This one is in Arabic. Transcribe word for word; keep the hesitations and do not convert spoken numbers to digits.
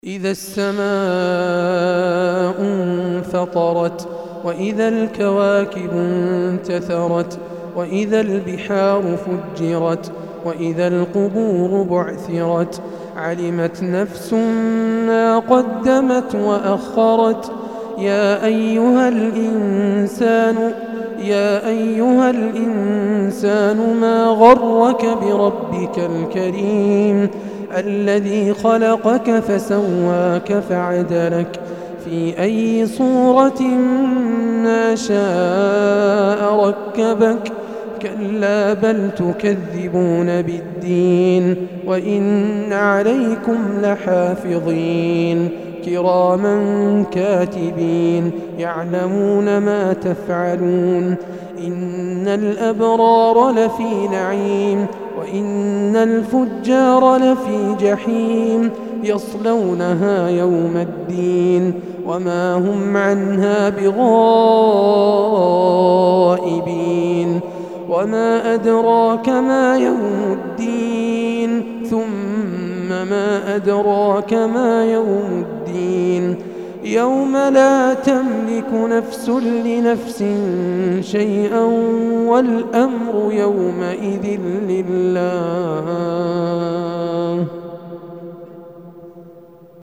إذا السماء انفطرت وإذا الكواكب انتثرت وإذا البحار فجرت وإذا القبور بعثرت علمت نفس ما قدمت وأخرت يا أيها الإنسان يا أيها الإنسان ما غرك بربك الكريم الذي خلقك فسواك فعدلك في أي صورة ما شاء ركبك كلا بل تكذبون بالدين وإن عليكم لحافظين كراما كاتبين يعلمون ما تفعلون إن الأبرار لفي نعيم وإن الفجار لفي جحيم يصلونها يوم الدين وما هم عنها بغائبين وما أدراك ما يوم الدين ثم ما أدراك ما يوم الدين يوم لا تملك نفس لنفس شيئا والأمر يومئذ لله.